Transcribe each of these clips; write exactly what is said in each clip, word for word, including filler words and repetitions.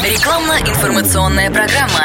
Рекламно-информационная программа.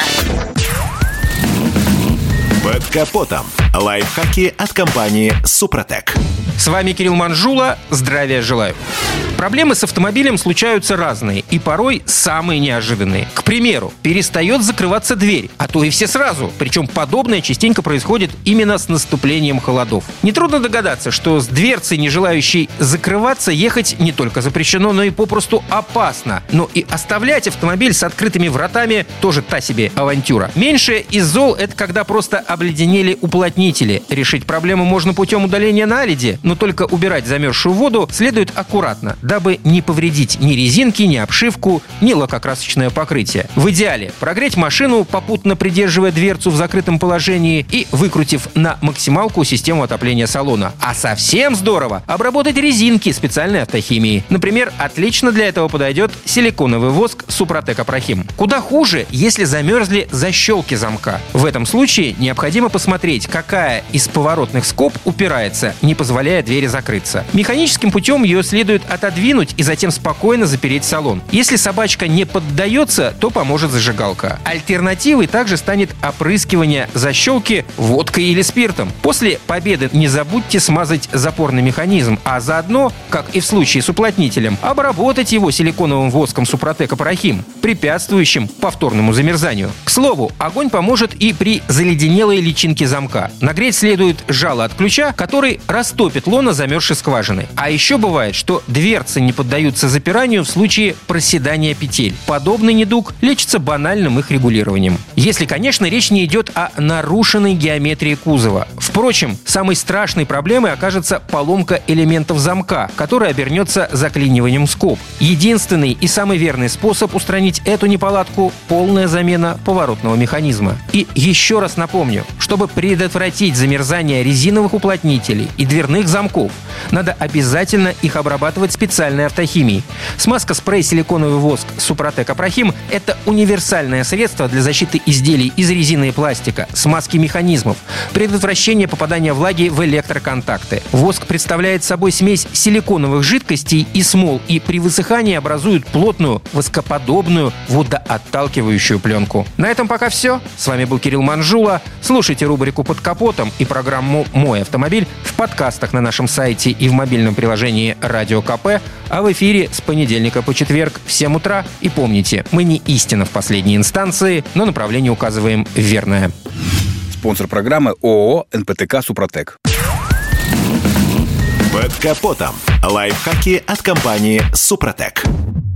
Под капотом. Лайфхаки от компании «Супротек». С вами Кирилл Манжула. Здравия желаю. Проблемы с автомобилем случаются разные и порой самые неожиданные. К примеру, перестает закрываться дверь, а то и все сразу. Причем подобное частенько происходит именно с наступлением холодов. Нетрудно догадаться, что с дверцей, не желающей закрываться, ехать не только запрещено, но и попросту опасно. Но и оставлять автомобиль с открытыми вратами тоже та себе авантюра. Меньшее из зол — это когда просто обледенели уплотнители. Решить проблему можно путем удаления наледи, но только убирать замерзшую воду следует аккуратно, дабы не повредить ни резинки, ни обшивку, ни лакокрасочное покрытие. В идеале прогреть машину, попутно придерживая дверцу в закрытом положении и выкрутив на максималку систему отопления салона. А совсем здорово обработать резинки специальной автохимией. Например, отлично для этого подойдет силиконовый воск Супротек Апрахим. Куда хуже, если замерзли защелки замка. В этом случае необходимо посмотреть, какая из поворотных скоб упирается, не позволяя двери закрыться. Механическим путем ее следует отодвинуть и затем спокойно запереть салон. Если собачка не поддается, то поможет зажигалка. Альтернативой также станет опрыскивание защелки водкой или спиртом. После победы не забудьте смазать запорный механизм, а заодно, как и в случае с уплотнителем, обработать его силиконовым воском Супротек Апрахим, препятствующим повторному замерзанию. К слову, огонь поможет и при заледенелой личинке замка. Нагреть следует жало от ключа, который растопит лоно замерзшей скважины. А еще бывает, что дверцы не поддаются запиранию в случае проседания петель. Подобный недуг лечится банальным их регулированием. Если, конечно, речь не идет о нарушенной геометрии кузова. Впрочем, самой страшной проблемой окажется поломка элементов замка, которая обернется заклиниванием скоб. Единственный и самый верный способ устранить эту неполадку – полная замена поворотного механизма. И еще раз напомню, чтобы предотвратить замерзание резиновых уплотнителей и дверных замков, надо обязательно их обрабатывать специальной автохимией. Смазка спрей силиконовый воск Супротек Апрахим – это универсальное средство для защиты изделий из резины и пластика, смазки механизмов, предотвращения попадания влаги в электроконтакты. Воск представляет собой смесь силиконовых жидкостей и смол, и при высыхании образует плотную, воскоподобную, водоотталкивающую пленку. На этом пока все. С вами был Кирилл Манжула. Слушайте рубрику «Под капотом» и программу «Мой автомобиль» в подкастах на нашем сайте и в мобильном приложении «Радио КП», а в эфире с понедельника по четверг в семь утра. И помните, мы не истина в последней инстанции, но направление указываем верное. Спонсор программы ООО «эн пэ тэ ка Супротек». Под капотом. Лайфхаки от компании «Супротек».